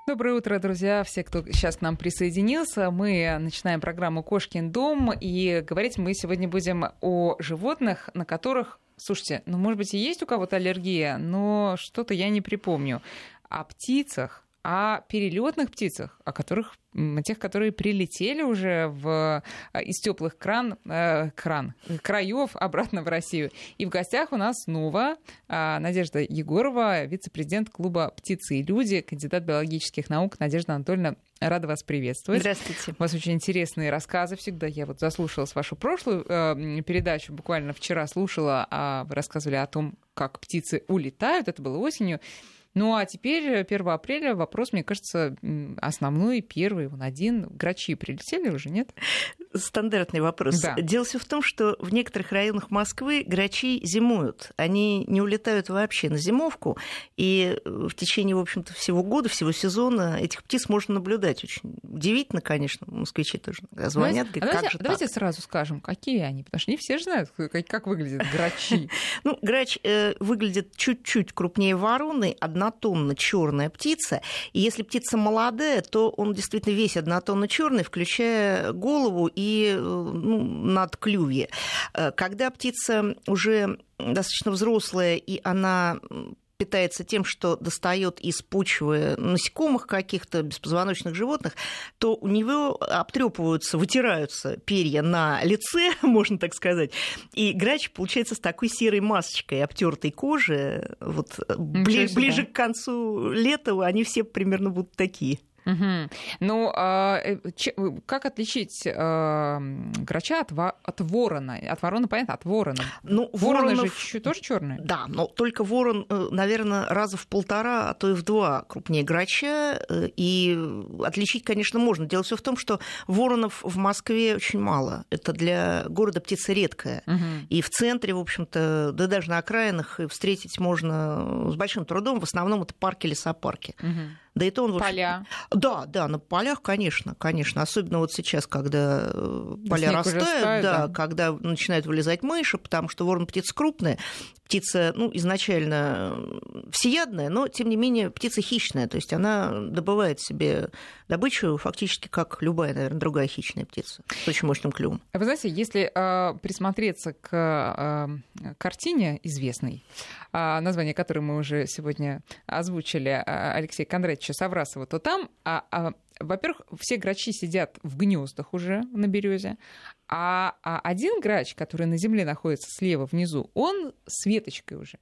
Доброе утро, друзья, все, кто сейчас к нам присоединился. Мы начинаем программу «Кошкин дом», и говорить мы сегодня будем о животных, на которых, слушайте, может быть, и есть у кого-то аллергия, но что-то я не припомню. О птицах, о перелетных птицах, о тех, которые прилетели уже из теплых краев обратно в Россию. И в гостях у нас снова Надежда Егорова, вице-президент клуба «Птицы и люди», кандидат биологических наук. Надежда Анатольевна, рада вас приветствовать. Здравствуйте. У вас очень интересные рассказы всегда. Я заслушалась вашу прошлую передачу, буквально вчера слушала, вы рассказывали о том, как птицы улетают, это было осенью. Ну а теперь, 1 апреля, вопрос, мне кажется, основной, первый, он один. Грачи прилетели уже, нет? Стандартный вопрос. Да. Дело все в том, что в некоторых районах Москвы грачи зимуют. Они не улетают вообще на зимовку, и в течение, в общем-то, всего года, всего сезона этих птиц можно наблюдать. Очень удивительно, конечно, москвичи тоже звонят, говорят, как же давайте так? сразу скажем, какие они, потому что не все же знают, как выглядят грачи. Грач выглядит чуть-чуть крупнее вороны, однотонно черная птица. И если птица молодая, то он действительно весь однотонно черный, включая голову и надклювье. Когда птица уже достаточно взрослая, и она питается тем, что достает из почвы насекомых каких-то, беспозвоночных животных, то у него обтрепываются, вытираются перья на лице, можно так сказать, и грач получается с такой серой масочкой обтертой кожи. Ближе к концу лета они все примерно будут такие. Угу. Как отличить грача от ворона? От ворона, понятно, от ворона. Вороны же тоже черные? Да, но только ворон, наверное, раза в 1,5, а то и в 2 крупнее грача. И отличить, конечно, можно. Дело все в том, что воронов в Москве очень мало. Это для города птица редкая. Угу. И в центре, в общем-то, да даже на окраинах встретить можно с большим трудом. В основном это парки, лесопарки. Угу. Да и то он, поля. Да, на полях, конечно. Особенно вот сейчас, когда поля растают, когда начинают вылезать мыши, потому что ворон птица крупная, птица, изначально всеядная, но, тем не менее, птица хищная, то есть она добывает себе добычу фактически как любая, наверное, другая хищная птица с очень мощным клювом. Вы знаете, если присмотреться к картине известной, название которой мы уже сегодня озвучили, Алексея Кондратьевича Саврасова, то там, во-первых, все грачи сидят в гнездах уже на березе, а один грач, который на земле находится слева внизу, он с веточкой уже.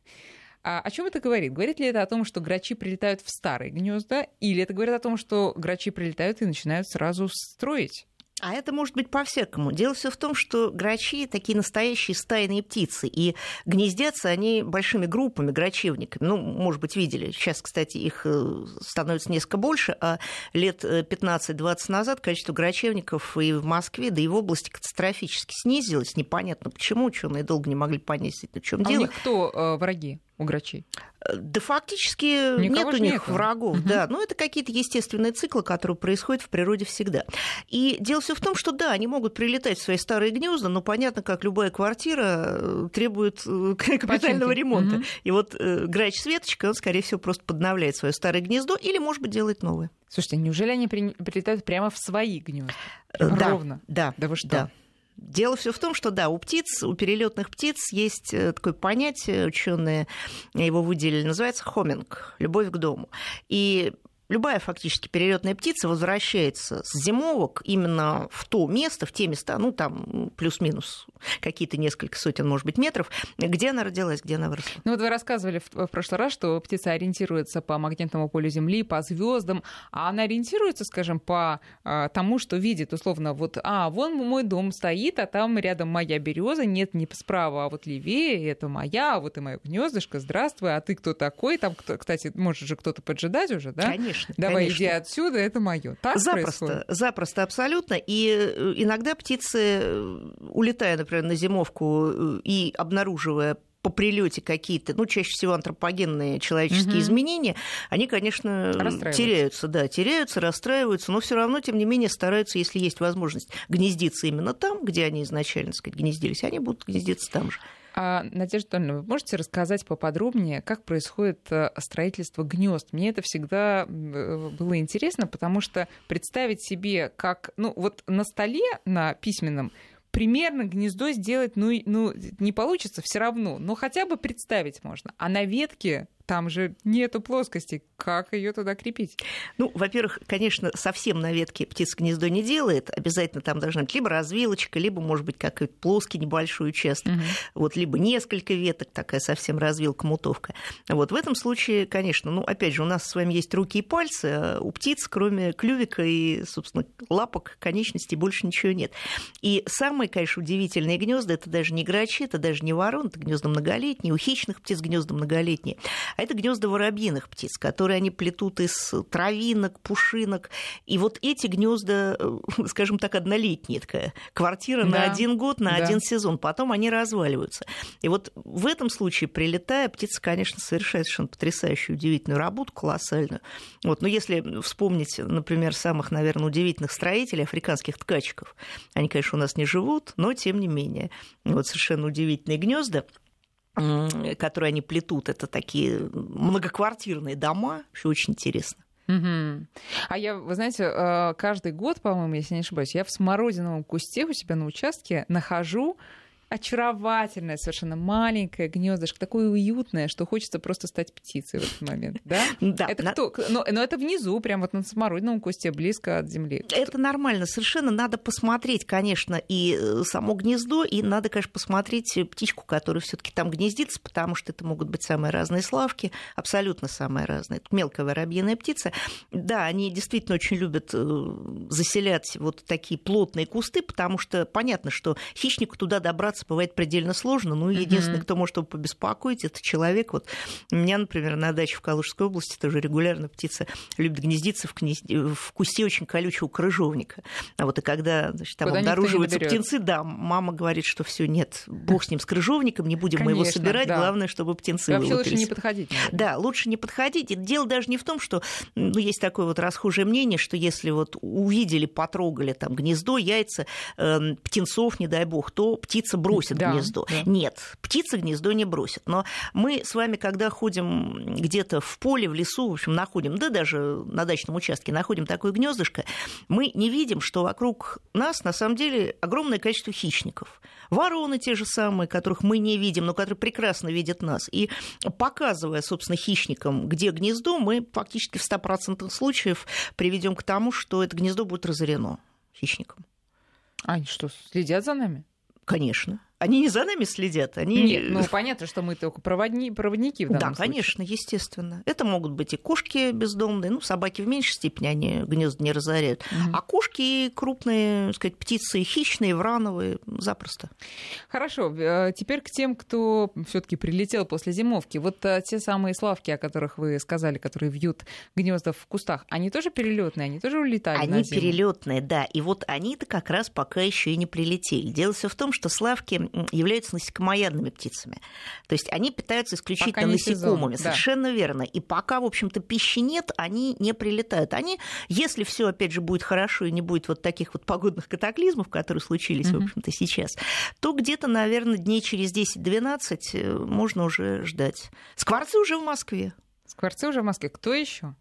О чем это говорит? Говорит ли это о том, что грачи прилетают в старые гнезда, или это говорит о том, что грачи прилетают и начинают сразу строить? А это может быть по-всякому. Дело все в том, что грачи такие настоящие стайные птицы, и гнездятся они большими группами, грачевниками. Может быть, видели. Сейчас, кстати, их становится несколько больше, а лет 15-20 назад количество грачевников и в Москве, да и в области катастрофически снизилось. Непонятно почему, ученые долго не могли понять, в чем дело. У них кто враги? У грачей? Да фактически нет у них врагов. Угу. Да. Но это какие-то естественные циклы, которые происходят в природе всегда. И дело все в том, что да, они могут прилетать в свои старые гнезда, но понятно, как любая квартира требует капитального ремонта. Угу. И вот грач с веточкой, он, скорее всего, просто подновляет свое старое гнездо или, может быть, делает новое. Слушайте, неужели они прилетают прямо в свои гнезда? Да, ровно? Да вы что? Да. Дело все в том, что да, у перелетных птиц есть такое понятие, ученые его выделили, называется хоминг, любовь к дому. И любая фактически перелетная птица возвращается с зимовок именно в то место, в те места, там плюс-минус какие-то несколько сотен, может быть, метров, где она родилась, где она выросла. Вы рассказывали в прошлый раз, что птица ориентируется по магнитному полю Земли, по звездам, а она ориентируется, скажем, по тому, что видит, условно, вон мой дом стоит, а там рядом моя береза, нет, не справа, а вот левее, это моя, а вот и мое гнездышко, здравствуй, а ты кто такой? Там, кстати, может же кто-то поджидать уже, да? Конечно. Давай, конечно. Иди отсюда, это мое. Так происходит? Запросто, абсолютно. И иногда птицы, улетая, например, на зимовку и обнаруживая по прилете какие-то, чаще всего антропогенные человеческие изменения, они, конечно, теряются, расстраиваются, но все равно, тем не менее, стараются, если есть возможность, гнездиться именно там, где они изначально, гнездились, они будут гнездиться там же. Надежда Анатольевна, вы можете рассказать поподробнее, как происходит строительство гнезд? Мне это всегда было интересно, потому что представить себе, как вот на столе, на письменном, примерно гнездо сделать, не получится все равно, но хотя бы представить можно. А на ветке там же нету плоскости. Как ее туда крепить? Во-первых, конечно, совсем на ветке птица гнездо не делает. Обязательно там должна быть либо развилочка, либо, может быть, какой-то плоский небольшой участок. Либо несколько веток, такая совсем развилка-мутовка. В этом случае, конечно, опять же, у нас с вами есть руки и пальцы, а у птиц, кроме клювика и, собственно, лапок, конечностей, больше ничего нет. И самые, конечно, удивительные гнезда — это даже не грачи, это даже не ворон, это гнезда многолетние, у хищных птиц гнезда многолетние. А это гнезда воробьиных птиц, которые они плетут из травинок, пушинок. И эти гнезда, скажем так, однолетние, такая квартира на 1 год, на 1 сезон. Потом они разваливаются. И в этом случае, прилетая, птица, конечно, совершает совершенно потрясающую, удивительную работу, колоссальную. Но если вспомнить, например, самых, наверное, удивительных строителей, африканских ткачиков, они, конечно, у нас не живут, но тем не менее. Совершенно удивительные гнезда, которые они плетут, это такие многоквартирные дома, все очень интересно. А я, вы знаете, каждый год, по-моему, если не ошибаюсь, я в смородиновом кусте у себя на участке нахожу очаровательное, совершенно маленькое гнездышко, такое уютное, что хочется просто стать птицей в этот момент, да? Да. Это кто? Но это внизу, прям на смородиновом кусте, близко от земли. Это нормально, совершенно. Надо посмотреть, конечно, и само гнездо, и надо, конечно, посмотреть птичку, которая все-таки там гнездится, потому что это могут быть самые разные славки, абсолютно самые разные. Это мелкая воробьиная птица. Да, они действительно очень любят заселять такие плотные кусты, потому что понятно, что хищнику туда добраться бывает предельно сложно. Единственный, кто может его побеспокоить, это человек. У меня, например, на даче в Калужской области тоже регулярно птица любит гнездиться в кусте очень колючего крыжовника. И когда, там обнаруживаются птенцы, мама говорит, что все, нет, бог с ним, с крыжовником, не будем мы его собирать, главное, чтобы птенцы вылупились. Вообще лучше не подходить. Наверное. Да, лучше не подходить. И дело даже не в том, что есть такое расхожее мнение, что если увидели, потрогали там гнездо, яйца птенцов, не дай бог, то птица бросит гнездо. Да. Нет, птица гнездо не бросит. Но мы с вами, когда ходим где-то в поле, в лесу, в общем, находим, да даже на дачном участке находим такое гнездышко, мы не видим, что вокруг нас на самом деле огромное количество хищников. Вороны те же самые, которых мы не видим, но которые прекрасно видят нас. И показывая, собственно, хищникам, где гнездо, мы фактически в 100% случаев приведем к тому, что это гнездо будет разорено хищникам. Они что, следят за нами? Конечно. Они не за нами следят. Они... Нет, понятно, что мы только проводники в данном случае. Да, конечно, естественно. Это могут быть и кошки бездомные, собаки в меньшей степени, они гнезда не разоряют. А кошки крупные, так сказать, птицы хищные, врановые, запросто. Хорошо, теперь к тем, кто все-таки прилетел после зимовки. Те самые славки, о которых вы сказали, которые вьют гнезда в кустах, они тоже перелетные, они тоже улетали на зиму? Они перелетные, да. И они-то как раз пока еще и не прилетели. Дело все в том, что славки являются насекомоядными птицами. То есть они питаются исключительно насекомыми. Совершенно верно. И пока, в общем-то, пищи нет, они не прилетают. Они, если все опять же, будет хорошо и не будет таких погодных катаклизмов, которые случились, в общем-то, сейчас, то где-то, наверное, дней через 10-12 можно уже ждать. Скворцы уже в Москве. Скворцы уже в Москве. Кто еще?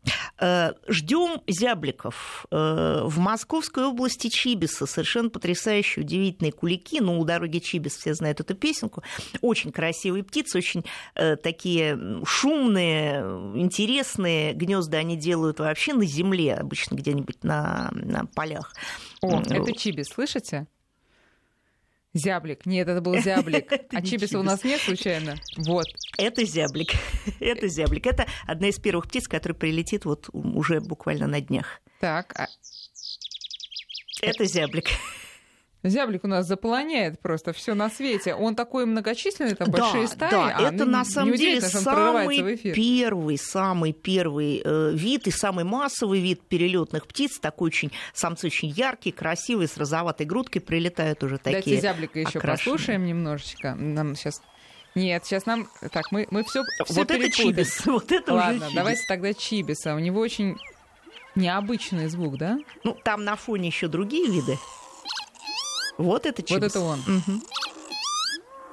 Ждем зябликов. В Московской области Чибиса совершенно потрясающие, удивительные кулики. У дороги Чибис все знают эту песенку. Очень красивые птицы, очень такие шумные, интересные. Гнезда они делают вообще на земле, обычно где-нибудь на полях. Это Чибис, слышите? Зяблик. Нет, это был зяблик. А чибиса у нас нет, случайно? Это зяблик. Это зяблик. Это одна из первых птиц, которая прилетит уже буквально на днях. Так. Это зяблик. Зяблик у нас заполоняет просто все на свете. Он такой многочисленный, там большие стаи. Да, это на самом деле самый первый вид и самый массовый вид перелетных птиц. Такой очень, самцы очень яркие, красивые, с розоватой грудкой прилетают уже такие. Давайте зяблика еще послушаем немножечко. Нам сейчас... Нет, сейчас нам... Так, мы все перепутали. Это чибис. Это Ладно, уже чибис. Давайте тогда чибиса. У него очень необычный звук, да? Там на фоне еще другие виды. Это чибис. Это он.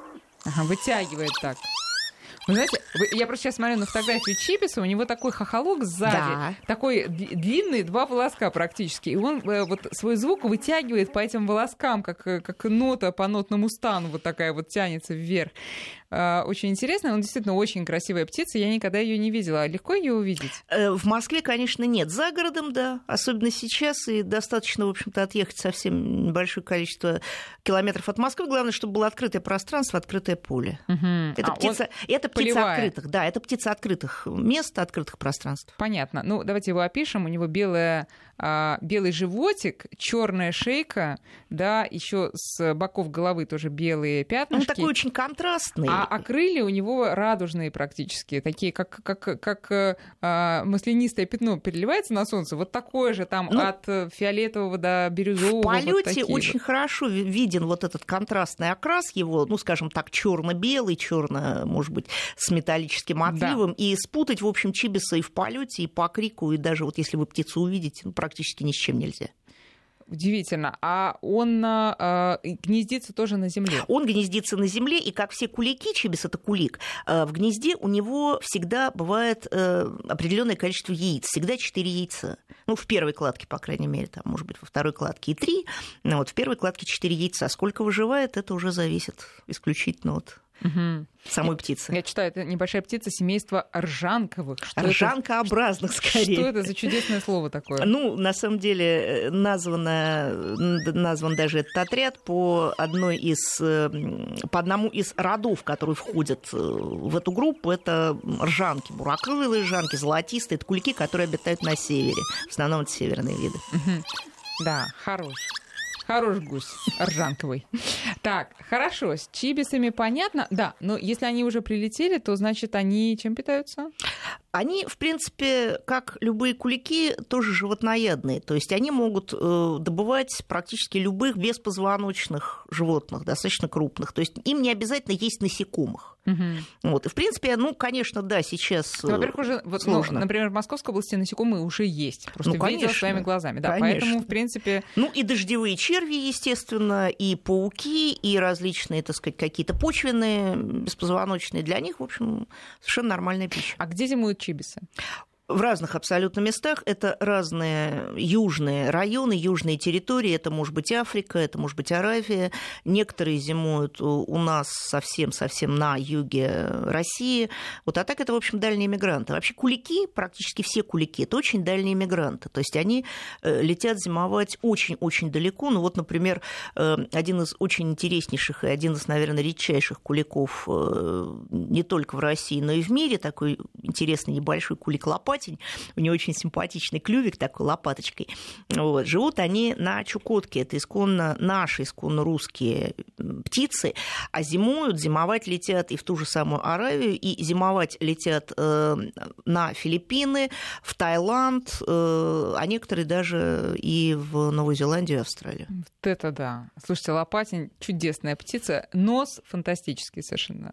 Ага, вытягивает так. Вы знаете, я просто сейчас смотрю на фотографию Чибиса, у него такой хохолок сзади, да. Такой длинный, 2 волоска практически, и он вот свой звук вытягивает по этим волоскам, как нота по нотному стану, вот такая вот тянется вверх. Очень интересно, он действительно очень красивая птица, я никогда ее не видела. Легко ее увидеть? В Москве, конечно, нет. За городом, да, особенно сейчас, и достаточно, в общем-то, отъехать совсем небольшое количество километров от Москвы. Главное, чтобы было открытое пространство, открытое поле. Это птица открытых, да, это птица открытых мест, открытых пространств. Понятно. Ну, давайте его опишем. У него белый животик, черная шейка, да, еще с боков головы тоже белые пятнышки. Он такой очень контрастный. А крылья у него радужные практически, такие, как маслянистое пятно переливается на солнце, вот такое же там от фиолетового до бирюзового. В полете вот очень хорошо виден вот этот контрастный окрас его, ну, скажем так, черно-белый, черно, может быть, с металлическим отливом. Да. И спутать, в общем, Чибиса и в полете, и по крику, и даже вот если вы птицу увидите, практически ни с чем нельзя. Удивительно. А он гнездится тоже на земле? Он гнездится на земле, и как все кулики, Чибис — это кулик, в гнезде у него всегда бывает определенное количество яиц, всегда 4 яйца. Ну, в первой кладке, по крайней мере, там, может быть, во второй кладке и 3, но вот в первой кладке 4 яйца. Сколько выживает, это уже зависит исключительно от самой птицы. Я читаю, это небольшая птица семейства ржанковых. Ржанкообразных, скорее. Что это за чудесное слово такое? Ну, на самом деле, назван даже этот отряд по одному из родов, которые входят в эту группу. Это ржанки, бурокрылые ржанки, золотистые. Это кулики, которые обитают на севере. В основном это северные виды. Да, Хорош гусь ржанковый. Так, хорошо, с чибисами понятно. Да, но если они уже прилетели, то, значит, они чем питаются? Они, в принципе, как любые кулики, тоже животноядные. То есть они могут добывать практически любых беспозвоночных животных, достаточно крупных. То есть им не обязательно есть насекомых. Вот. И, в принципе, ну, конечно, да, сейчас во-первых, уже, вот, сложно. Например, в Московской области насекомые уже есть. Просто видела своими глазами. Да, конечно. Поэтому, в принципе... Ну, и дождевые черви, естественно, и пауки, и различные, так сказать, какие-то почвенные, беспозвоночные. Для них, в общем, совершенно нормальная пища. А где зимуют чибисы? В разных абсолютно местах. Это разные южные районы, южные территории. Это может быть Африка, это может быть Аравия. Некоторые зимуют у нас совсем на юге России. Вот, а так это, в общем, дальние мигранты. Вообще кулики, практически все кулики, это очень дальние мигранты. То есть они летят зимовать очень-очень далеко. Ну вот, например, один из очень интереснейших и один из, наверное, редчайших куликов не только в России, но и в мире, такой интересный небольшой кулик-лопатень. У него очень симпатичный клювик такой лопаточкой. Вот. Живут они на Чукотке. Это наши исконно русские птицы. А зимовать летят и в ту же самую Аравию, и зимовать летят на Филиппины, в Таиланд, а некоторые даже и в Новую Зеландию и Австралию. Вот это да. Слушайте, лопатень — чудесная птица. Нос фантастический совершенно.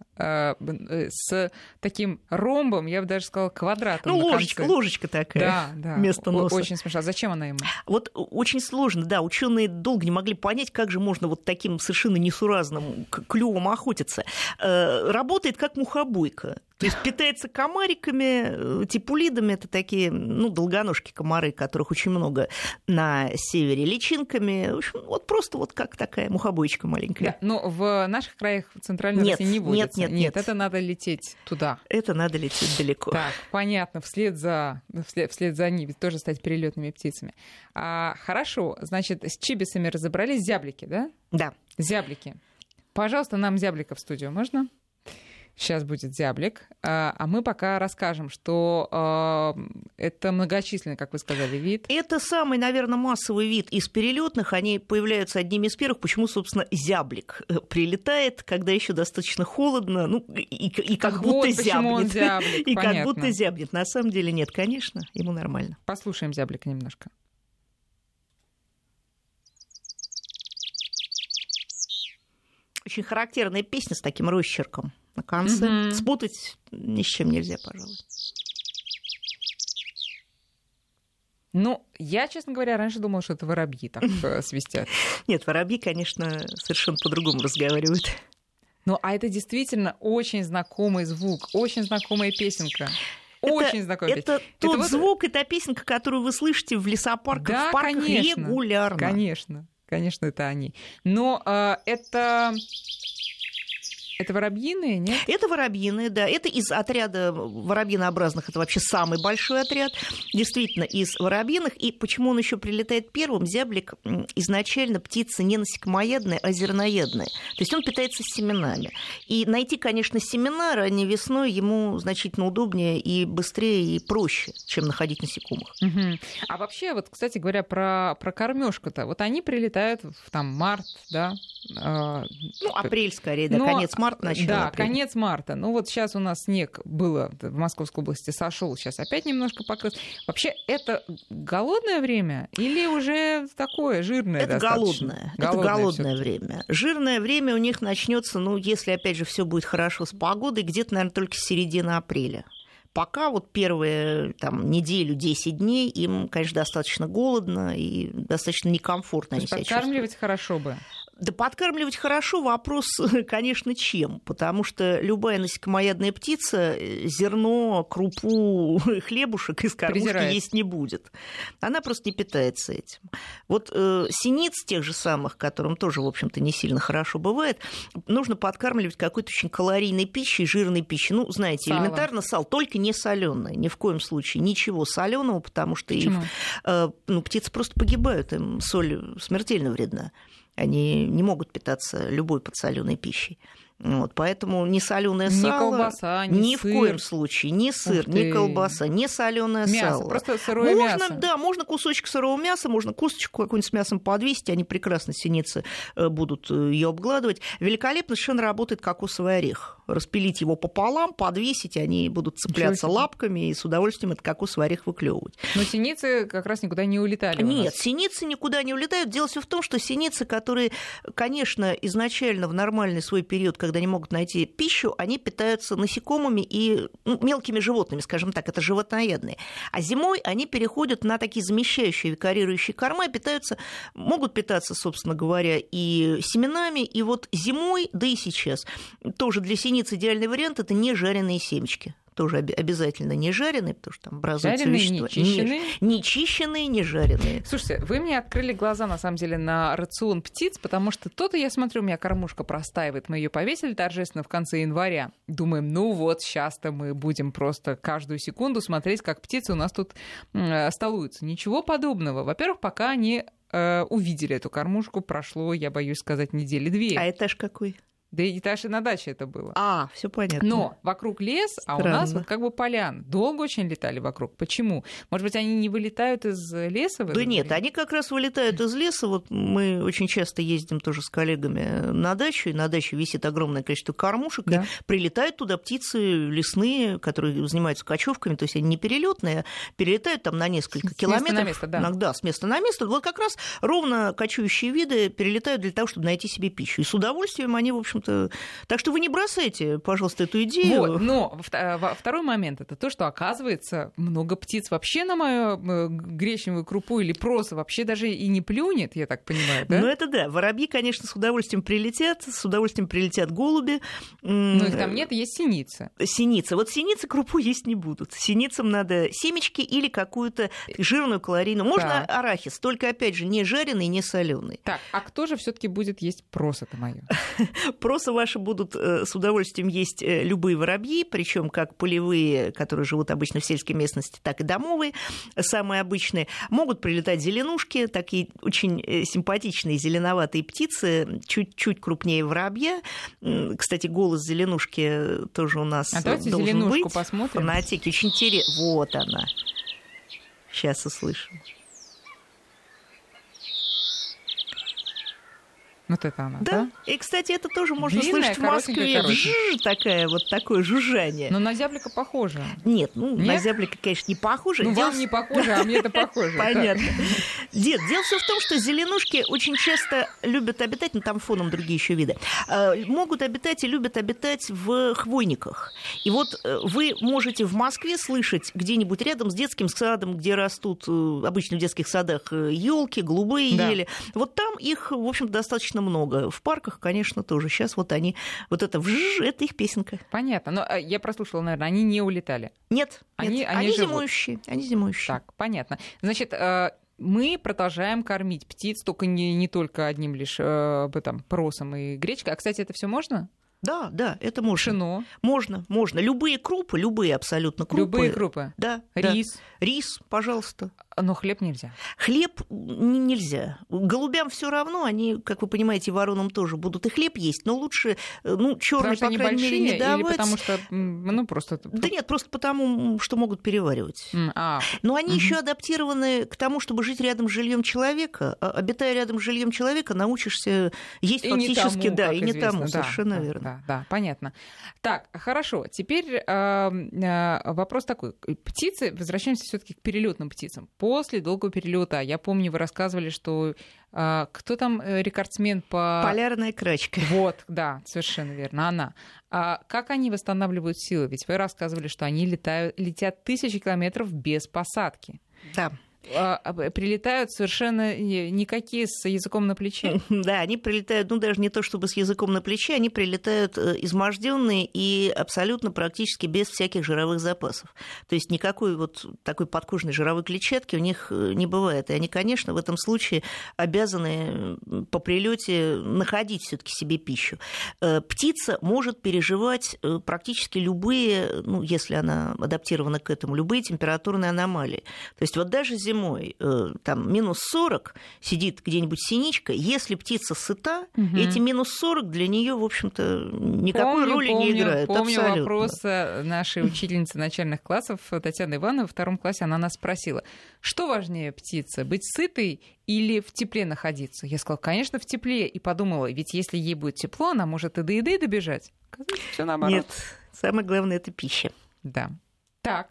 С таким ромбом, я бы даже сказала, квадратом. Ну, ложечка такая, да, вместо носа. Очень смешно. Зачем она ему? Вот очень сложно, да. Ученые долго не могли понять, как же можно вот таким совершенно несуразным клювом охотиться. Работает как мухобойка. То есть питается комариками, типулидами, это такие, ну, долгоножки комары, которых очень много на севере, личинками. В общем, вот просто вот как такая мухобойчика маленькая. Да, но в наших краях в Центральной России не водится. Нет, это надо лететь туда. Это надо лететь далеко. Так, понятно, вслед за ними тоже стать перелетными птицами. Хорошо, значит, с чибисами разобрались. Зяблики, да? Да. Зяблики. Пожалуйста, нам зяблика в студию, можно? Сейчас будет зяблик. А мы пока расскажем, что это многочисленный, как вы сказали, вид. Это самый, наверное, массовый вид из перелетных. Они появляются одними из первых. Почему, собственно, зяблик прилетает, когда еще достаточно холодно, ну, и как будто зябнет. Зяблик, и как будто зябнет. На самом деле нет, конечно, ему нормально. Послушаем зяблика немножко. Очень характерная песня с таким росчерком на конце. Спутать ни с чем нельзя, пожалуй. Ну, я, честно говоря, раньше думала, что это воробьи так свистят. Нет, воробьи, конечно, совершенно по-другому разговаривают. Ну, а это действительно очень знакомый звук, очень знакомая песенка. Очень знакомая песенка. Это тот звук, это песенка, которую вы слышите в лесопарках, да, в парках регулярно. Конечно, это они. Но это воробьиные, нет? Это воробьиные, да. Это из отряда воробьинообразных. Это вообще самый большой отряд. Действительно, из воробьиных. И почему он еще прилетает первым? Зяблик изначально птица не насекомоядная, а зерноедная. То есть он питается семенами. И найти, конечно, семена ранней весной ему значительно удобнее и быстрее, и проще, чем находить насекомых. Угу. А вообще, вот, кстати говоря, про кормёжку-то. Вот они прилетают в март, да? Апрель скорее, да, конец марта, начало да, апреля. Конец марта. Ну вот сейчас у нас снег было в Московской области сошел, сейчас опять немножко покрылся. Вообще это голодное время или уже такое жирное? Это достаточно? голодное время. Жирное время у них начнется, если опять же все будет хорошо с погодой, где-то, наверное, только с середины апреля. Пока вот первые неделю, 10 дней им, конечно, достаточно голодно и достаточно некомфортно. То есть подкармливать хорошо бы? Да подкармливать хорошо, вопрос, конечно, чем. Потому что любая насекомоядная птица зерно, крупу, хлебушек из кормушки есть не будет. Она просто не питается этим. Вот синиц тех же самых, которым тоже, в общем-то, не сильно хорошо бывает, нужно подкармливать какой-то очень калорийной пищей, жирной пищей. Знаете, сало. Элементарно сало, только не солёное. Ни в коем случае ничего солёного, потому что птицы просто погибают, им соль смертельно вредна. Они не могут питаться любой подсолённой пищей. Поэтому ни солёное сало, ни колбаса, ни сыр. В коем случае, ни сыр, ни колбаса, ни солёное сало. Просто сырое мясо. Да, можно кусочек сырого мяса, можно косточку какую-нибудь с мясом подвесить, они прекрасно, синицы, будут ее обгладывать. Великолепно совершенно работает кокосовый орех. Распилить его пополам, подвесить, они будут цепляться лапками и с удовольствием этот кокосовый орех выклевывать. Но синицы как раз никуда не улетали. Нет, синицы никуда не улетают. Дело все в том, что синицы, которые, конечно, изначально в нормальный свой период, когда они могут найти пищу, они питаются насекомыми и мелкими животными, скажем так, это животноедные. А зимой они переходят на такие замещающие, викарирующие корма, могут питаться, собственно говоря, и семенами. И вот зимой, да и сейчас, тоже для синиц идеальный вариант – это не жареные семечки. Тоже обязательно не жареные, потому что там образуются вещества. Не чищенные, не жареные. Слушайте, вы мне открыли глаза, на самом деле, на рацион птиц, потому что то-то, я смотрю, у меня кормушка простаивает. Мы ее повесили торжественно в конце января. Думаем, сейчас-то мы будем просто каждую секунду смотреть, как птицы у нас тут столуются. Ничего подобного. Во-первых, пока они увидели эту кормушку, прошло, я боюсь сказать, недели-две. А этаж какой? Да и этаж и на даче это было. Все понятно. Но вокруг лес, а у нас полян. Долго очень летали вокруг. Почему? Может быть, они не вылетают из леса? Да нет, они как раз вылетают из леса. Вот мы очень часто ездим тоже с коллегами на дачу, и на даче висит огромное количество кормушек, и прилетают туда птицы лесные, которые занимаются кочевками, то есть они не перелетные, а перелетают там на несколько километров. С места на место, да. Иногда с места на место. Вот как раз ровно кочующие виды перелетают для того, чтобы найти себе пищу. И с удовольствием они, в общем-то. Так что вы не бросайте, пожалуйста, эту идею. Но второй момент — это то, что, оказывается, много птиц вообще на мою гречневую крупу или проса вообще даже и не плюнет, я так понимаю, да? Это да. Воробьи, конечно, с удовольствием прилетят голуби. Но их там нет, есть синица. Синица. Вот синицы крупу есть не будут. Синицам надо семечки или какую-то жирную калорийную. Можно арахис, только, опять же, не жареный, не соленый. Так, а кто же все-таки будет есть проса-то мою? Проса ваши будут с удовольствием есть любые воробьи, причем как полевые, которые живут обычно в сельской местности, так и домовые, самые обычные. Могут прилетать зеленушки, такие очень симпатичные зеленоватые птицы, чуть-чуть крупнее воробья. Кстати, голос зеленушки тоже у нас должен быть. Посмотрим. В фонотеке. Очень интересно. Вот она. Сейчас услышим. Вот это она, да? И, кстати, это тоже можно длинная, слышать в Москве. Такое жужжание. Но на зяблика похоже. Нет, на зяблика, конечно, не похоже. Вам не похоже, а мне это похоже. Понятно. Дело все в том, что зеленушки очень часто любят обитать, там фоном другие еще виды, могут обитать и любят обитать в хвойниках. И вот вы можете в Москве слышать где-нибудь рядом с детским садом, где растут обычно в детских садах елки, голубые ели. Вот там их, в общем-то, достаточно достаточно много. В парках, конечно, тоже. Сейчас вот они, вот это вжж, это их песенка. Понятно. Но я прослушала, наверное, они не улетали. Нет, они зимующие. Они зимующие. Так, понятно. Значит, мы продолжаем кормить птиц, только не только одним лишь просом и гречкой. А, кстати, это все можно? Да, это можно. Пшено? Можно. Любые крупы, любые абсолютно крупы. Любые крупы? Да. Рис? Да. Рис, пожалуйста. Но хлеб нельзя. Хлеб нельзя. Голубям все равно, они, как вы понимаете, воронам тоже будут и хлеб есть, но лучше, черный, по крайней мере, не давать. Или потому что, просто... Да нет, просто потому, что могут переваривать. Но они еще адаптированы к тому, чтобы жить рядом с жильем человека. Обитая рядом с жильем человека, научишься есть и фактически, не тому, и не известно. тому, совершенно верно. Да, понятно. Так, хорошо. Теперь вопрос такой. Птицы, возвращаемся все-таки к перелетным птицам. После долгого перелета, я помню, вы рассказывали, что кто там рекордсмен по... Полярная крачка. Вот, да, совершенно верно, она. А как они восстанавливают силы? Ведь вы рассказывали, что они летят тысячи километров без посадки. Да. Прилетают совершенно никакие с языком на плече. Да, они прилетают, даже не то чтобы с языком на плече, они прилетают изможденные и абсолютно практически без всяких жировых запасов. То есть никакой вот такой подкожной жировой клетчатки у них не бывает. И они, конечно, в этом случае обязаны по прилете находить все-таки себе пищу. Птица может переживать практически любые, если она адаптирована к этому, любые температурные аномалии. То есть вот даже зимой, там минус 40, сидит где-нибудь синичка, если птица сыта, эти минус 40 для нее, в общем-то, никакой роли не играют. Помню абсолютно. Вопрос нашей учительницы начальных классов Татьяны Ивановны во втором классе, она нас спросила, что важнее птице, быть сытой или в тепле находиться? Я сказала, конечно, в тепле, и подумала, ведь если ей будет тепло, она может и до еды добежать. Оказывается, всё наоборот. Нет, самое главное – это пища. Да. Так.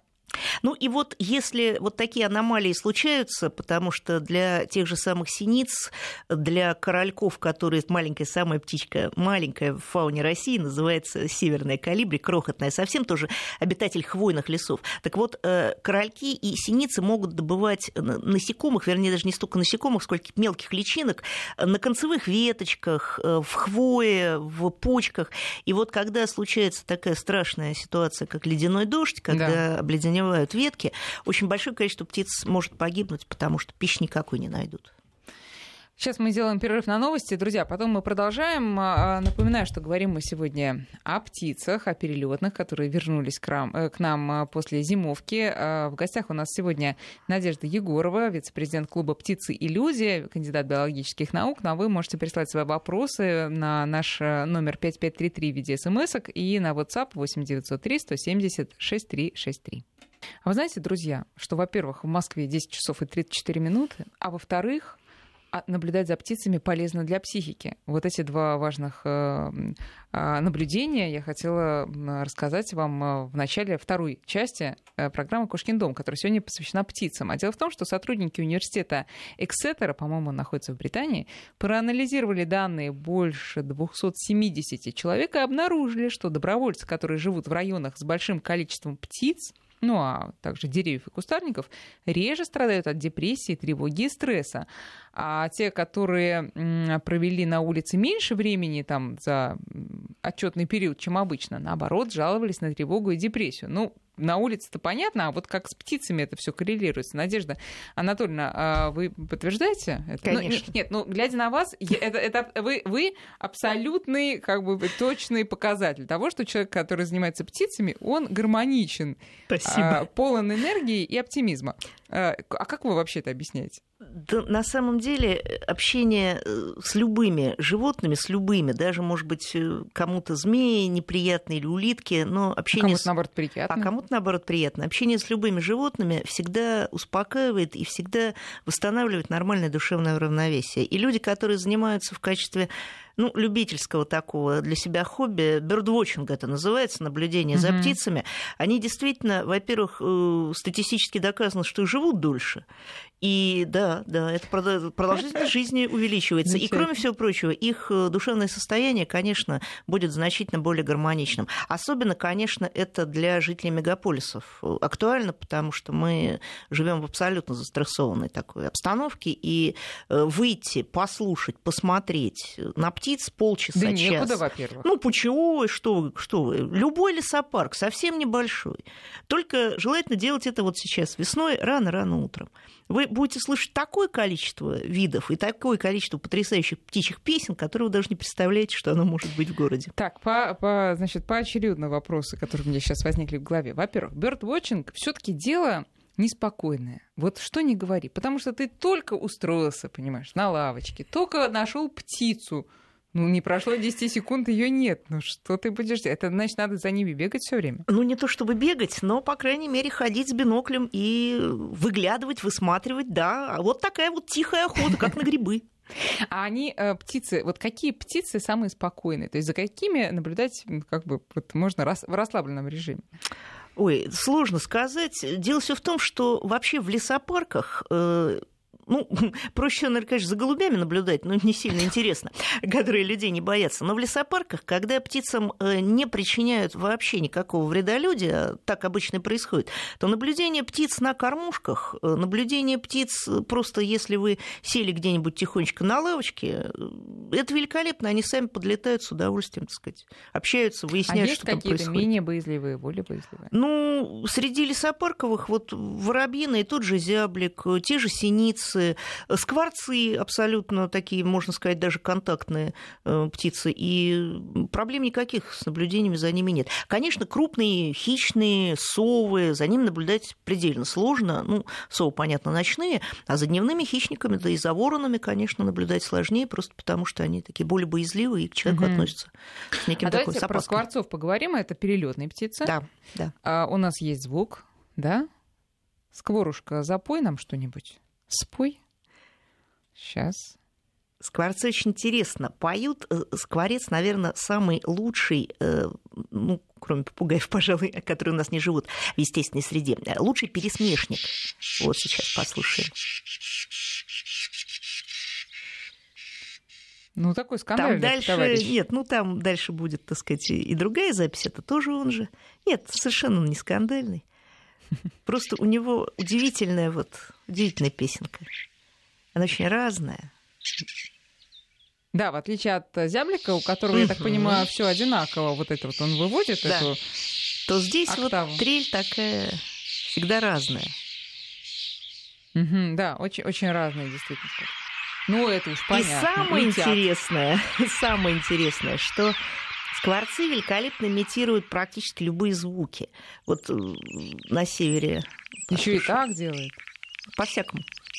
И вот если вот такие аномалии случаются, потому что для тех же самых синиц, для корольков, которые маленькая самая птичка, маленькая в фауне России, называется северная колибри, крохотная, совсем тоже обитатель хвойных лесов. Так вот, корольки и синицы могут добывать насекомых, вернее, даже не столько насекомых, сколько мелких личинок на концевых веточках, в хвое, в почках. И вот когда случается такая страшная ситуация, как ледяной дождь, когда обледеневают ветки, очень большое количество птиц может погибнуть, потому что пищи никакой не найдут. Сейчас мы сделаем перерыв на новости, друзья, потом мы продолжаем. Напоминаю, что говорим мы сегодня о птицах, о перелетных, которые вернулись к нам после зимовки. В гостях у нас сегодня Надежда Егорова, вице-президент клуба «Птицы и люди», кандидат биологических наук. Но вы можете прислать свои вопросы на наш номер 5533 в виде смс-ок и на WhatsApp 8903 170 6363. А вы знаете, друзья, что, во-первых, в Москве 10 часов и 34 минуты, а во-вторых, наблюдать за птицами полезно для психики. Вот эти два важных наблюдения я хотела рассказать вам в начале второй части программы «Кошкин дом», которая сегодня посвящена птицам. А дело в том, что сотрудники университета Эксетера, по-моему, он находится в Британии, проанализировали данные больше 270 человек и обнаружили, что добровольцы, которые живут в районах с большим количеством птиц, а также деревьев и кустарников, реже страдают от депрессии, тревоги и стресса. А те, которые провели на улице меньше времени там, за отчетный период, чем обычно, наоборот, жаловались на тревогу и депрессию. На улице-то понятно, а вот как с птицами это все коррелируется. Надежда Анатольевна, вы подтверждаете это? Конечно. Нет, глядя на вас, вы абсолютный, точный показатель того, что человек, который занимается птицами, он гармоничен. Спасибо. Полон энергии и оптимизма. А как вы вообще это объясняете? Да, на самом деле общение с любыми животными, с любыми, даже, может быть, кому-то змеи неприятные или улитки, но общение... Кому-то, наоборот, приятно. А кому-то, наоборот, приятно. Общение с любыми животными всегда успокаивает и всегда восстанавливает нормальное душевное равновесие. И люди, которые занимаются в качестве любительского такого для себя хобби, бёрдвотчинг это называется, наблюдение за птицами, они действительно, во-первых, статистически доказано, что живут дольше, И да, это продолжительность жизни увеличивается. И, кроме всего прочего, их душевное состояние, конечно, будет значительно более гармоничным. Особенно, конечно, это для жителей мегаполисов актуально, потому что мы живем в абсолютно застрессованной такой обстановке, и выйти, послушать, посмотреть на птиц полчаса, час. Да некуда, во-первых. Ну, почему? Что вы? Любой лесопарк, совсем небольшой. Только желательно делать это вот сейчас, весной, рано-рано утром. Вы будете слышать такое количество видов и такое количество потрясающих птичьих песен, которые вы даже не представляете, что оно может быть в городе. Так, значит, поочередно вопросы, которые у меня сейчас возникли в голове. Во-первых, бёрдвотчинг все-таки дело неспокойное. Вот что ни говори. Потому что ты только устроился, понимаешь, на лавочке, только нашел птицу. Ну, не прошло 10 секунд, ее нет. Ну, что ты будешь делать? Это значит, надо за ними бегать все время. Ну, не то чтобы бегать, но, по крайней мере, ходить с биноклем и выглядывать, высматривать, да. Вот такая вот тихая охота, как на грибы. А они, птицы, вот какие птицы самые спокойные? То есть за какими наблюдать как бы вот можно в расслабленном режиме? Ой, сложно сказать. Дело все в том, что вообще в лесопарках... Ну, проще, наверное, конечно, за голубями наблюдать, но не сильно интересно, которые людей не боятся. Но в лесопарках, когда птицам не причиняют вообще никакого вреда люди, а так обычно и происходит, то наблюдение птиц на кормушках, наблюдение птиц просто если вы сели где-нибудь тихонечко на лавочке, это великолепно, они сами подлетают с удовольствием, так сказать, общаются, выясняют, что там происходит. А есть какие-то менее боязливые, более боязливые? Ну, среди лесопарковых вот воробьиный, тот же зяблик, те же синицы, скворцы абсолютно такие, можно сказать, даже контактные птицы, и проблем никаких с наблюдениями за ними нет. Конечно, крупные хищные совы, за ними наблюдать предельно сложно. Ну, совы, понятно, ночные, а за дневными хищниками, да и за воронами, конечно, наблюдать сложнее, просто потому что они такие более боязливые и к человеку относятся с неким такой давайте про скворцов поговорим. Это перелетные птицы. Да. У нас есть звук, да? Скворушка, запой нам что-нибудь. Спой. Сейчас. Скворцы очень интересно поют. Скворец, наверное, самый лучший, ну, кроме попугаев, пожалуй, которые у нас не живут в естественной среде, лучший пересмешник. Вот сейчас послушаем. Ну, такой скандальный там дальше, товарищ. Нет, ну там дальше будет, так сказать, и другая запись, это тоже он же. Нет, совершенно он не скандальный. Просто у него удивительная песенка. Она очень разная. Да, в отличие от зяблика, у которого, я так понимаю, все одинаково, вот это вот он выводит, да. эту то здесь октаву. Вот трель такая всегда разная. Да, очень, очень разные, действительно. Ну, это уж понятно. И самое интересное, что скворцы великолепно имитируют практически любые звуки. Вот на севере. Еще и так делают. По-всякому.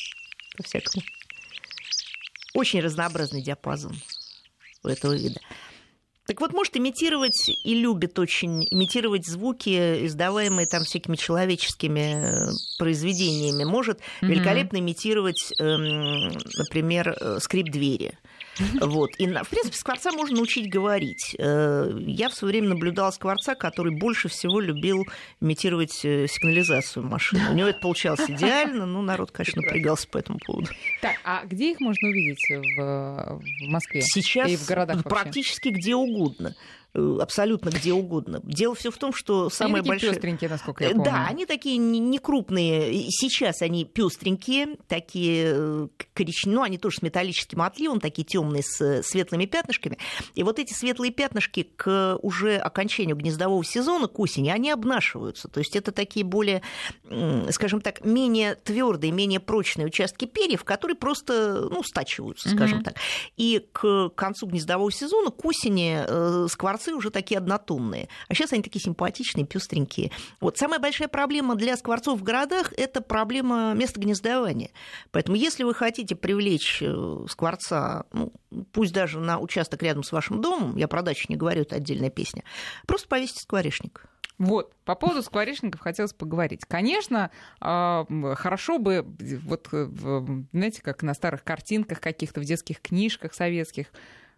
Очень разнообразный диапазон у этого вида. Так вот, может имитировать и любит очень имитировать звуки, издаваемые там всякими человеческими произведениями. Может великолепно имитировать, например, скрип двери. Вот. И, в принципе, скворца можно научить говорить. Я в свое время наблюдала скворца, который больше всего любил имитировать сигнализацию машины. У него это получалось идеально, но народ, конечно, напрягался по этому поводу. Так, а где их можно увидеть в Москве? Сейчас и в городах практически где угодно. Абсолютно где угодно. Дело все в том, что самое большое... Они такие пёстренькие, насколько я помню. Да, они такие не крупные. Сейчас они пёстренькие, такие коричневые, ну, они тоже с металлическим отливом, такие темные с светлыми пятнышками. И вот эти светлые пятнышки к уже окончанию гнездового сезона, к осени, они обнашиваются. То есть это такие более, скажем так, менее твердые, менее прочные участки перьев, которые просто, стачиваются, скажем так. И к концу гнездового сезона, к осени, скворцы уже такие однотонные. А сейчас они такие симпатичные, пестренькие. Вот. Самая большая проблема для скворцов в городах – это проблема места гнездования. Поэтому если вы хотите привлечь скворца, пусть даже на участок рядом с вашим домом, я про дачу не говорю, это отдельная песня, просто повесьте скворечник. Вот, по поводу скворечников хотелось поговорить. Конечно, хорошо бы, вот, знаете, как на старых картинках каких-то, в детских книжках советских,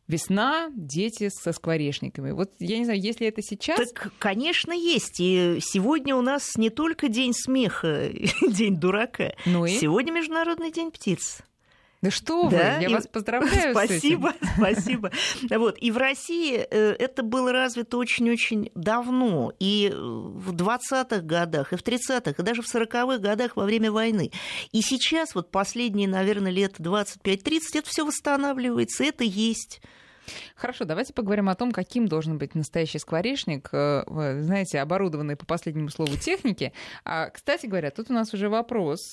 весна, дети со скворечниками. Вот я не знаю, есть ли это сейчас? Так, конечно, есть. И сегодня у нас не только день смеха, день дурака. Сегодня Международный день птиц. Да что вы, я вас поздравляю с этим. Спасибо. Вот. И в России это было развито очень-очень давно. И в 20-х годах, и в 30-х, и даже в 40-х годах во время войны. И сейчас, вот последние, наверное, лет 25-30, это все восстанавливается, это есть. Хорошо, давайте поговорим о том, каким должен быть настоящий скворечник, знаете, оборудованный по последнему слову техники. Кстати говоря, тут у нас уже вопрос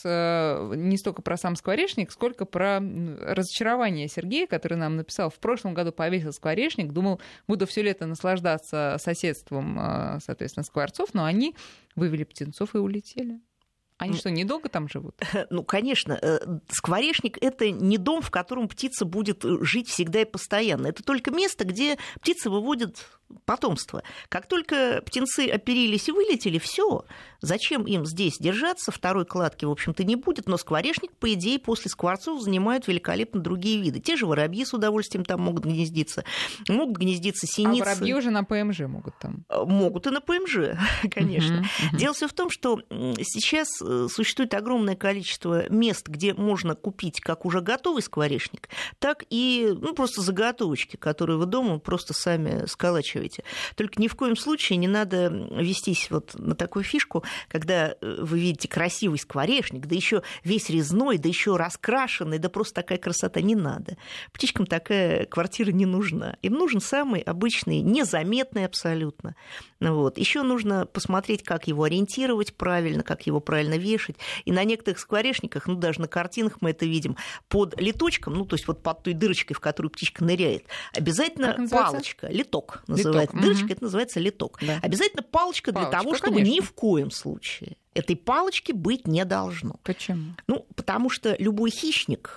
не столько про сам скворечник, сколько про разочарование Сергея, который нам написал: в прошлом году повесил скворечник, думал, буду все лето наслаждаться соседством, соответственно, скворцов, но они вывели птенцов и улетели. Они что, недолго там живут? Ну, конечно. Скворечник — это не дом, в котором птица будет жить всегда и постоянно. Это только место, где птицы выводят потомство. Как только птенцы оперились и вылетели, все. Зачем им здесь держаться? Второй кладки, в общем-то, не будет. Но скворечник, по идее, после скворцов занимают великолепно другие виды. Те же воробьи с удовольствием там могут гнездиться. Могут гнездиться синицы. А воробьи уже на ПМЖ могут там? Могут и на ПМЖ, конечно. Дело все в том, что сейчас существует огромное количество мест, где можно купить как уже готовый скворечник, так и просто заготовочки, которые вы дома просто сами сколачиваете. Только ни в коем случае не надо вестись вот на такую фишку, когда вы видите красивый скворечник, да еще весь резной, да еще раскрашенный, да просто такая красота, не надо. Птичкам такая квартира не нужна. Им нужен самый обычный, незаметный абсолютно. Вот. Еще нужно посмотреть, как его ориентировать правильно, как его правильно вешать. И на некоторых скворечниках, даже на картинах мы это видим, под литочком, то есть вот под той дырочкой, в которую птичка ныряет, обязательно палочка, литок называется. Дырочка, это называется литок. Да. Обязательно палочка для того, чтобы ни в коем случае этой палочки быть не должно. Почему? Потому что любой хищник,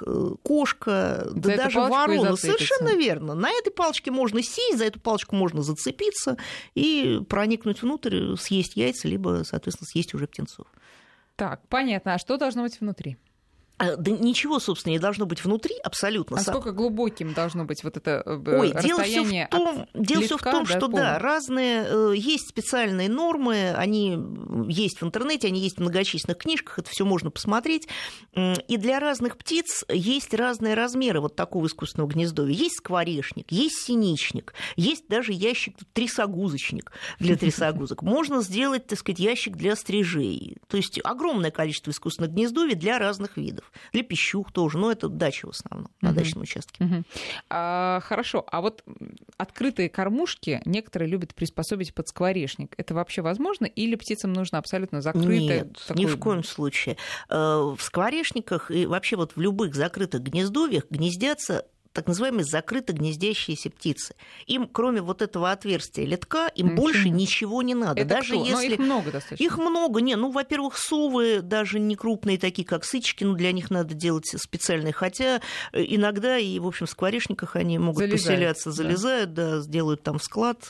кошка, да даже ворона, совершенно верно, на этой палочке можно сесть, за эту палочку можно зацепиться и проникнуть внутрь, съесть яйца, либо, соответственно, съесть уже птенцов. Так, понятно. А что должно быть внутри? Да ничего, собственно, не должно быть внутри абсолютно. А сколько глубоким должно быть вот это расстояние? Дело все в том, что да, разные, есть специальные нормы, они есть в интернете, они есть в многочисленных книжках, это все можно посмотреть. И для разных птиц есть разные размеры вот такого искусственного гнездовья. Есть скворечник, есть синичник, есть даже ящик трясогузочник для трясогузок. Можно сделать, так сказать, ящик для стрижей. То есть огромное количество искусственных гнездовий для разных видов. Для пищух тоже, но это дача в основном, на дачном участке. Хорошо, а вот открытые кормушки некоторые любят приспособить под скворечник. Это вообще возможно? Или птицам нужно абсолютно закрытое? Нет, ни в коем случае. В скворечниках и вообще вот в любых закрытых гнездовьях гнездятся так называемые закрыто гнездящиеся птицы. Им, кроме вот этого отверстия литка, им больше ничего не надо. Это даже если... Но их много достаточно. Их много. Во-первых, совы, даже не крупные, такие как сычки, для них надо делать специальные. Хотя иногда и, в общем, в скворечниках они могут поселяться, залезают, сделают там склад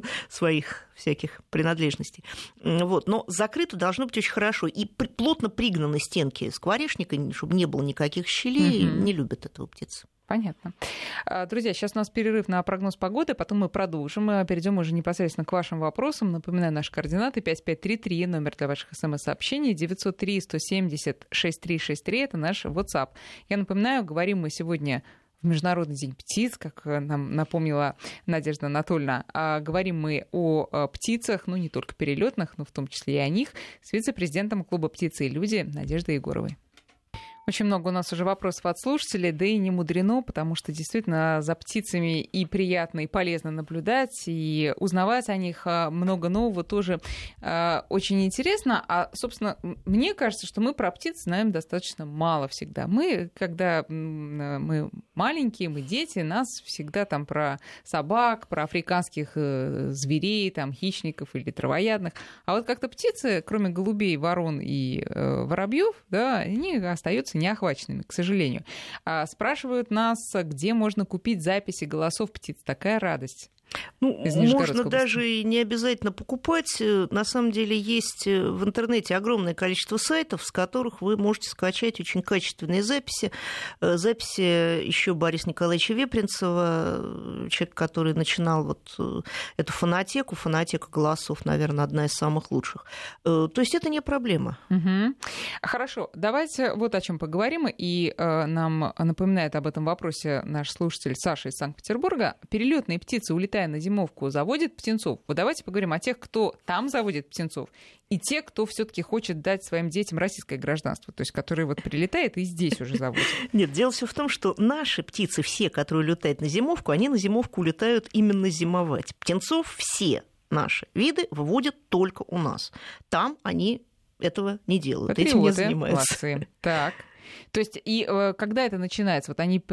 своих всяких принадлежностей. Вот. Но закрыто должно быть очень хорошо. И плотно пригнаны стенки скворечника, чтобы не было никаких щелей. Не любят этого птицы. Понятно. Друзья, сейчас у нас перерыв на прогноз погоды, потом мы продолжим. Мы перейдем уже непосредственно к вашим вопросам. Напоминаю, наши координаты 5533, номер для ваших смс-сообщений, 903-170-6363, это наш WhatsApp. Я напоминаю, говорим мы сегодня в Международный день птиц, как нам напомнила Надежда Анатольевна. Говорим мы о птицах, не только перелетных, но в том числе и о них, с вице-президентом клуба «Птицы и люди» Надеждой Егоровой. Очень много у нас уже вопросов от слушателей, да и не мудрено, потому что действительно за птицами и приятно, и полезно наблюдать, и узнавать о них много нового тоже очень интересно. А, собственно, мне кажется, что мы про птиц знаем достаточно мало всегда. Мы, когда мы маленькие, мы дети, нас всегда там про собак, про африканских зверей, там, хищников или травоядных. А вот как-то птицы, кроме голубей, ворон и воробьев, да, они остаются неохваченными, к сожалению. Спрашивают нас, где можно купить записи голосов птиц. Такая радость. Ну, можно даже и не обязательно покупать. На самом деле есть в интернете огромное количество сайтов, с которых вы можете скачать очень качественные записи. Записи еще Бориса Николаевича Вепринцева, человек, который начинал вот эту фонотеку. Фонотека голосов, наверное, одна из самых лучших. То есть это не проблема. Угу. Хорошо, давайте вот о чем поговорим. И нам напоминает об этом вопросе наш слушатель Саша из Санкт-Петербурга. Перелетные птицы, улетая на зимовку, заводят птенцов. Вот давайте поговорим о тех, кто там заводит птенцов, и те, кто все-таки хочет дать своим детям российское гражданство, то есть который вот прилетает и здесь уже заводит. Нет, дело все в том, что наши птицы, все, которые летают на зимовку, они на зимовку улетают именно зимовать. Птенцов все наши виды выводят только у нас. Там они этого не делают, Патриоты, этим не занимаются. Молодцы. Так. То есть, и когда это начинается? Вот они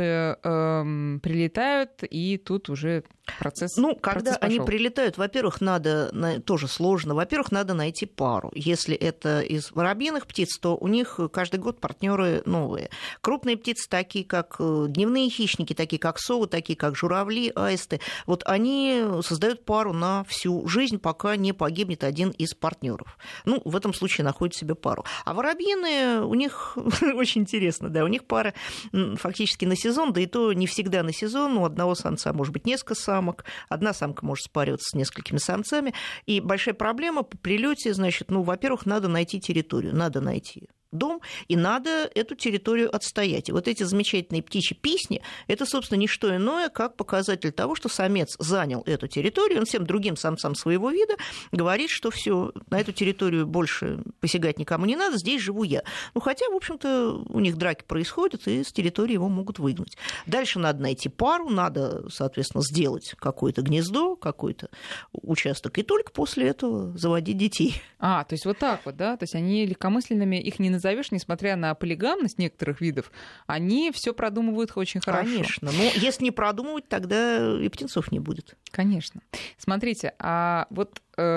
прилетают, и тут уже процесс. Ну, когда процесс они пошёл. прилетают, во-первых, надо, тоже сложно, во-первых, надо найти пару. Если это из воробьиных птиц, то у них каждый год партнеры новые. Крупные птицы, такие как дневные хищники, такие как совы, такие как журавли, аисты, вот они создают пару на всю жизнь, пока не погибнет один из партнеров. Ну, в этом случае находят себе пару. А воробьиные, у них очень интересно, да, у них пара фактически на сезон, да и то не всегда на сезон, у одного самца может быть несколько самок, одна самка может спариваться с несколькими самцами, и большая проблема по прилете, значит, ну, во-первых, надо найти территорию, надо найти дом, и надо эту территорию отстоять. И вот эти замечательные птичьи песни, это, собственно, не что иное, как показатель того, что самец занял эту территорию, он всем другим самцам своего вида говорит, что все, на эту территорию больше посягать никому не надо, здесь живу я. Ну, хотя, в общем-то, у них драки происходят, и с территории его могут выгнать. Дальше надо найти пару, надо, соответственно, сделать какое-то гнездо, какой-то участок, и только после этого заводить детей. То есть вот так вот, да? То есть они легкомысленными, их не назовешь, несмотря на полигамность некоторых видов, они все продумывают очень хорошо. Конечно. Но если не продумывать, тогда и птенцов не будет. Конечно. Смотрите, а вот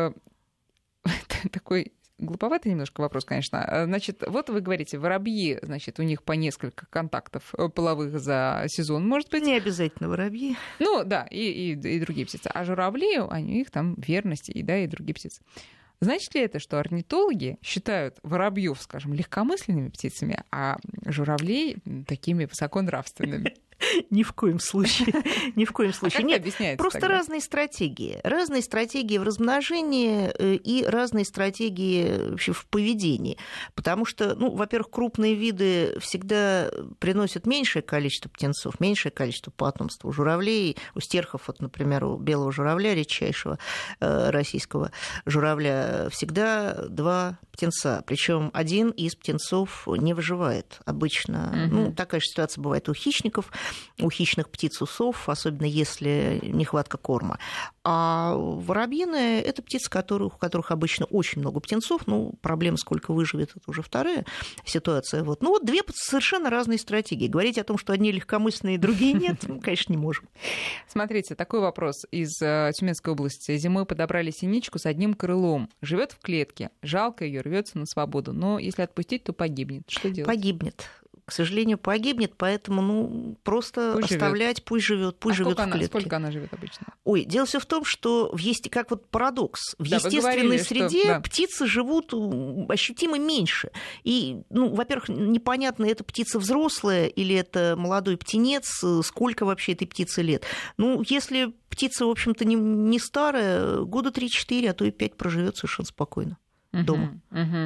такой глуповатый немножко вопрос, конечно. Значит, вот вы говорите, воробьи, значит, у них по несколько контактов половых за сезон, может быть? Не обязательно воробьи. Ну, да, и другие птицы. А журавли, у них там верность, и другие птицы. Значит ли это, что орнитологи считают воробьев, скажем, легкомысленными птицами, а журавлей такими высоконравственными? Ни в коем случае. Ни в коем случае. Нет, объясняется просто тогда? разные стратегии. Разные стратегии в размножении и разные стратегии вообще в поведении. Потому что, ну, во-первых, крупные виды всегда приносят меньшее количество птенцов, меньшее количество потомства. У журавлей, у стерхов, вот, например, у белого журавля, редчайшего российского журавля, всегда 2 птенца. Причем один из птенцов не выживает обычно. Ну, такая же ситуация бывает у хищников, у хищных птиц, у сов, особенно если нехватка корма. А воробьиные – это птицы, у которых обычно очень много птенцов. Ну, проблема, сколько выживет, это уже вторая ситуация. Вот. Ну, вот 2 совершенно разные стратегии. Говорить о том, что одни легкомысленные, другие нет, мы, конечно, не можем. Смотрите, такой вопрос из Тюменской области. Зимой подобрали синичку с одним крылом. Живет в клетке. Жалко ее, рвется на свободу. Но если отпустить, то погибнет. Что делать? Погибнет. К сожалению, погибнет, поэтому, ну, просто пусть оставлять, пусть живет в клетке. Сколько она живет обычно? Ой, дело все в том, что как вот парадокс, в естественной среде птицы живут ощутимо меньше. И, ну, во-первых, непонятно, это птица взрослая или это молодой птенец, сколько вообще этой птице лет. Ну, если птица, в общем-то, не старая, года 3-4, а то и 5 проживет совершенно спокойно дома.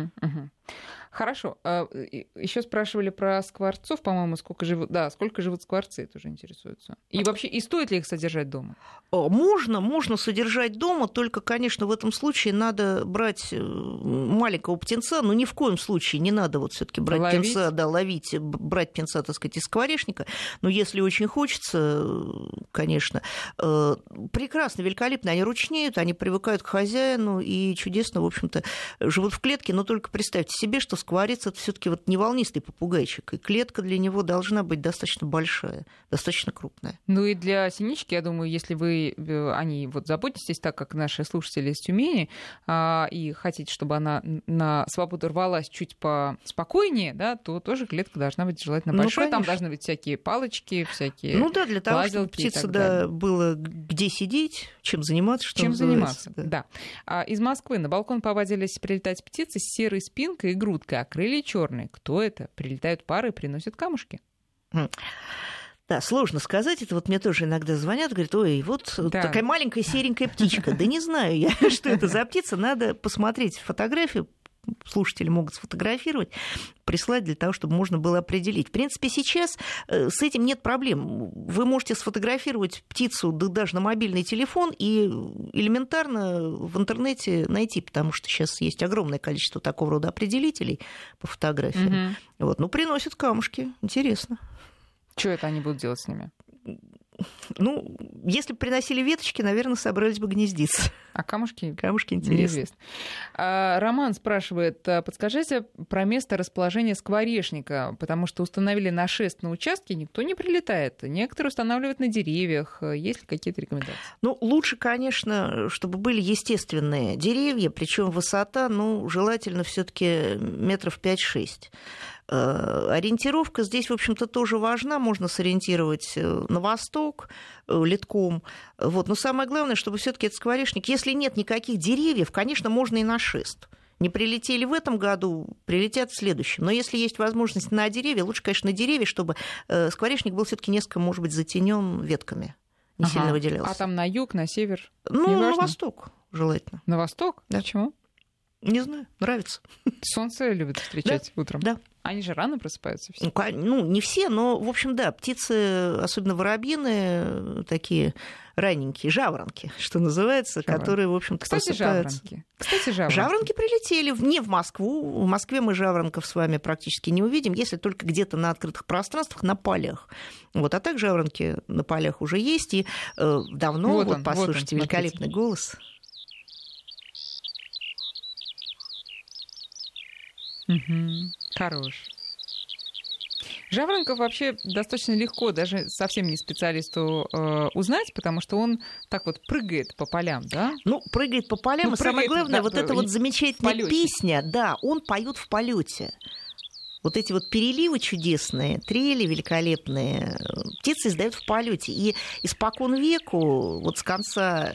Хорошо. Еще спрашивали про скворцов, по-моему, сколько живут скворцы, тоже интересуются. И вообще, и стоит ли их содержать дома? Можно содержать дома, только, конечно, в этом случае надо брать маленького птенца, но ни в коем случае не надо вот все-таки брать птенца, брать птенца, так сказать, из скворечника. Но если очень хочется, конечно, прекрасно, великолепно, они ручнеют, они привыкают к хозяину и чудесно, в общем-то, живут в клетке, но только представьте себе, что скворец — это все-таки вот не волнистый попугайчик, и клетка для него должна быть достаточно большая, достаточно крупная. Ну и для синички, я думаю, если вы о ней вот заботитесь, так как наши слушатели из Тюмени, и хотите, чтобы она на свободу рвалась чуть поспокойнее, да, то тоже клетка должна быть желательно большой. Там должны быть всякие палочки, всякие для того, чтобы птице было где сидеть, чем заниматься, что называется. Да. Из Москвы на балкон повадились прилетать птицы с серой спинкой и грудкой, а крылья черные. Кто это? Прилетают пары и приносят камушки. Да, сложно сказать. Это вот мне тоже иногда звонят, говорят, ой, вот такая маленькая серенькая птичка. Да не знаю я, что это за птица. Надо посмотреть фотографию. Слушатели могут сфотографировать, прислать для того, чтобы можно было определить. В принципе, сейчас с этим нет проблем. Вы можете сфотографировать птицу даже на мобильный телефон и элементарно в интернете найти, потому что сейчас есть огромное количество такого рода определителей по фотографиям. Приносят камушки. Интересно. Что это они будут делать с ними? Если бы приносили веточки, наверное, собрались бы гнездиться. А камушки? Камушки интересны. Роман спрашивает, подскажите про место расположения скворечника, потому что установили нашест на участке, никто не прилетает. Некоторые устанавливают на деревьях. Есть ли какие-то рекомендации? Лучше, конечно, чтобы были естественные деревья, причем высота, желательно все-таки метров 5-6. Ориентировка здесь, в общем-то, тоже важна. Можно сориентировать на восток литком. Но самое главное, чтобы все-таки этот скворечник, если нет никаких деревьев, конечно, можно и на шест. Не прилетели в этом году, прилетят в следующем. Но если есть возможность на деревья, лучше, конечно, на деревья, чтобы скворечник был все-таки несколько, может быть, затенен ветками, не сильно выделялся. А там на юг, на север? На восток желательно. На восток? Да. Почему? Не знаю, нравится. Солнце любят встречать утром? Да. Они же рано просыпаются все? Не все, но, в общем, да, птицы, особенно воробьины, такие раненькие, жаворонки, что называется, которые, в общем-то, просыпаются. Кстати, жаворонки. Жаворонки прилетели не в Москву. В Москве мы жаворонков с вами практически не увидим, если только где-то на открытых пространствах, на полях. А так жаворонки на полях уже есть, и давно, послушайте, великолепный голос. Хорош. Жаворонков вообще достаточно легко, даже совсем не специалисту, узнать, потому что он так вот прыгает по полям, да? Прыгает по полям, и самое главное, эта замечательная песня, да, он поет в полете. Эти переливы чудесные, трели великолепные, птицы издают в полете. И испокон веку, с конца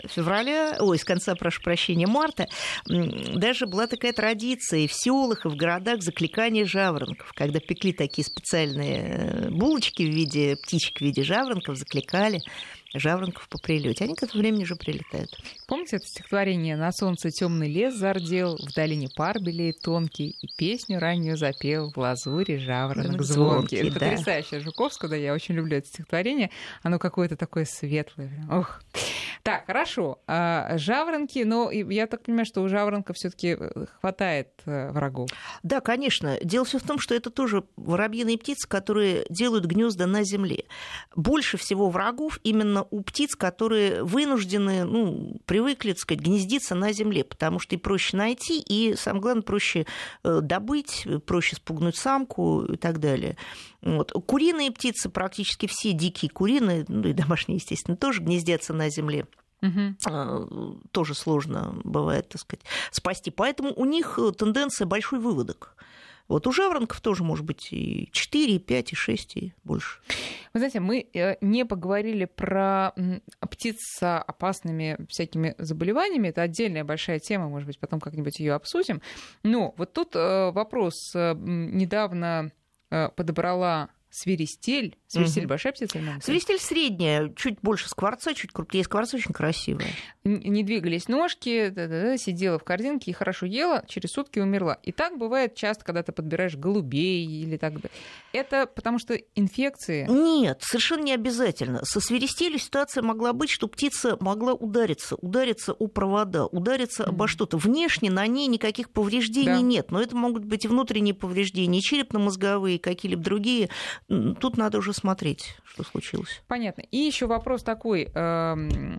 марта, даже была такая традиция и в селах, и в городах закликания жаворонков. Когда пекли такие специальные булочки в виде птичек, в виде жаворонков, закликали жаворонков по прилете. Они к этому времени уже прилетают. Помните это стихотворение «На солнце темный лес зардел, в долине пар белеет тонкий, и песню раннюю запел в лазуре жаворонок звонкий». Это потрясающее Жуковского, да, я очень люблю это стихотворение. Оно какое-то такое светлое. Ох. Так, хорошо. Жаворонки, но я так понимаю, что у жаворонков все-таки хватает врагов. Да, конечно. Дело все в том, что это тоже воробьиные птицы, которые делают гнезда на земле. Больше всего врагов именно у птиц, которые вынуждены, привыкли, так сказать, гнездиться на земле, потому что и проще найти, и, самое главное, проще добыть, проще спугнуть самку и так далее. Куриные птицы, практически все дикие куриные, и домашние, естественно, тоже гнездятся на земле. Тоже сложно бывает, так сказать, спасти. Поэтому у них тенденция большой выводок. У жаворонков тоже может быть и 4, и 5, и 6, и больше. Вы знаете, мы не поговорили про птиц с опасными всякими заболеваниями. Это отдельная большая тема, может быть, потом как-нибудь ее обсудим. Но тут вопрос. Недавно подобрала свиристель. Свиристель большая птица? Свиристель средняя, чуть больше скворца, чуть крупнее скворца, очень красивая. Не двигались ножки, сидела в корзинке и хорошо ела, через сутки умерла. И так бывает часто, когда ты подбираешь голубей или так далее. Это потому что инфекции? Нет, совершенно не обязательно. Со свиристелью ситуация могла быть, что птица могла удариться о провода, удариться обо что-то. Внешне на ней никаких повреждений нет, но это могут быть и внутренние повреждения, и черепно-мозговые, какие-либо другие. Тут надо уже смотреть, что случилось. Понятно. И еще вопрос такой.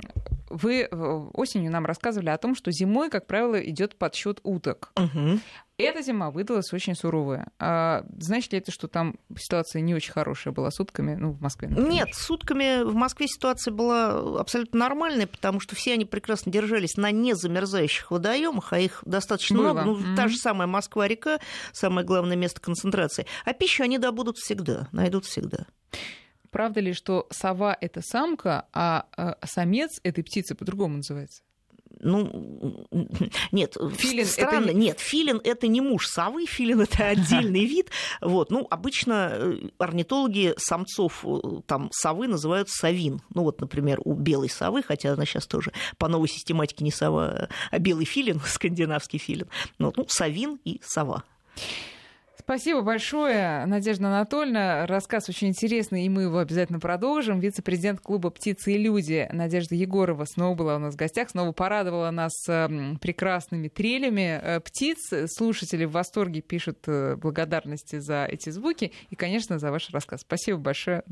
Вы осенью нам рассказывали о том, что зимой, как правило, идет подсчет уток. Угу. Эта зима выдалась очень суровая. Значит ли это, что там ситуация не очень хорошая была с утками, в Москве, например? Нет, с утками в Москве ситуация была абсолютно нормальная, потому что все они прекрасно держались на незамерзающих водоемах, а их достаточно много. Та же самая Москва-река, самое главное место концентрации. А пищу они добудут всегда, найдут всегда. Правда ли, что сова — это самка, а самец этой птицы по-другому называется? Нет, филин странно. Нет, филин — это не муж совы, филин — это отдельный вид. Обычно орнитологи самцов совы называют совин. Например, у белой совы, хотя она сейчас тоже по новой систематике не сова, а белый филин, скандинавский филин. Совин и сова. Спасибо большое, Надежда Анатольевна. Рассказ очень интересный, и мы его обязательно продолжим. Вице-президент клуба «Птицы и люди» Надежда Егорова снова была у нас в гостях, снова порадовала нас прекрасными трелями птиц. Слушатели в восторге пишут благодарности за эти звуки и, конечно, за ваш рассказ. Спасибо большое.